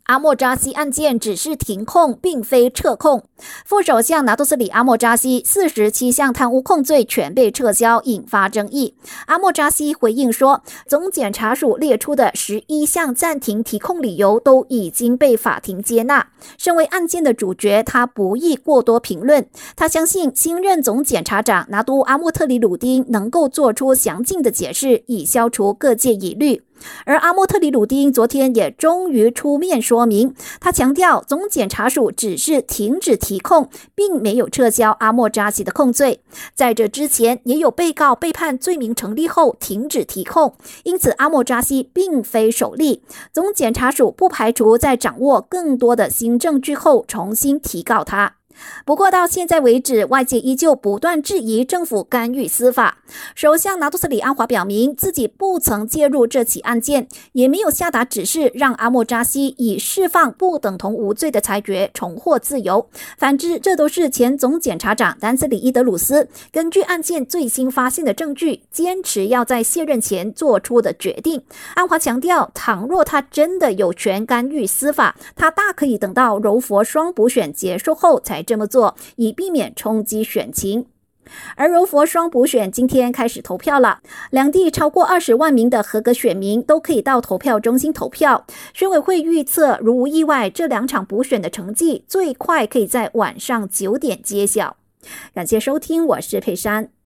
阿莫扎西案件只是停控，并非撤控。副首相拿督斯里阿莫扎西47项贪污控罪全被撤销，引发争议。阿莫扎西回应说，总检察署列出的11项暂停提控理由都已经被法庭接纳。身为案件的主角，他不宜过多评论。他相信新任总检察长拿督阿莫特里鲁丁能够做出详尽的解释，以消除各界疑虑。而阿莫特里鲁丁昨天也终于出面说明，他强调总检察署只是停止提控，并没有撤销阿莫扎西的控罪。在这之前，也有被告被判罪名成立后停止提控，因此阿莫扎西并非首例。总检察署不排除在掌握更多的新证据后重新提告他。不过到现在为止，外界依旧不断质疑政府干预司法。首相拿督斯里安华表明，自己不曾介入这起案件，也没有下达指示让阿莫扎西以释放不等同无罪的裁决重获自由。反之，这都是前总检察长丹斯里伊德鲁斯根据案件最新发现的证据，坚持要在卸任前做出的决定。安华强调，倘若他真的有权干预司法，他大可以等到柔佛双补选结束后才这么做，以避免冲击选情。而柔佛双补选今天开始投票了，两地超过20万名的合格选民都可以到投票中心投票。选委会预测，如无意外，这2场补选的成绩最快可以在晚上9点揭晓。感谢收听，我是佩珊。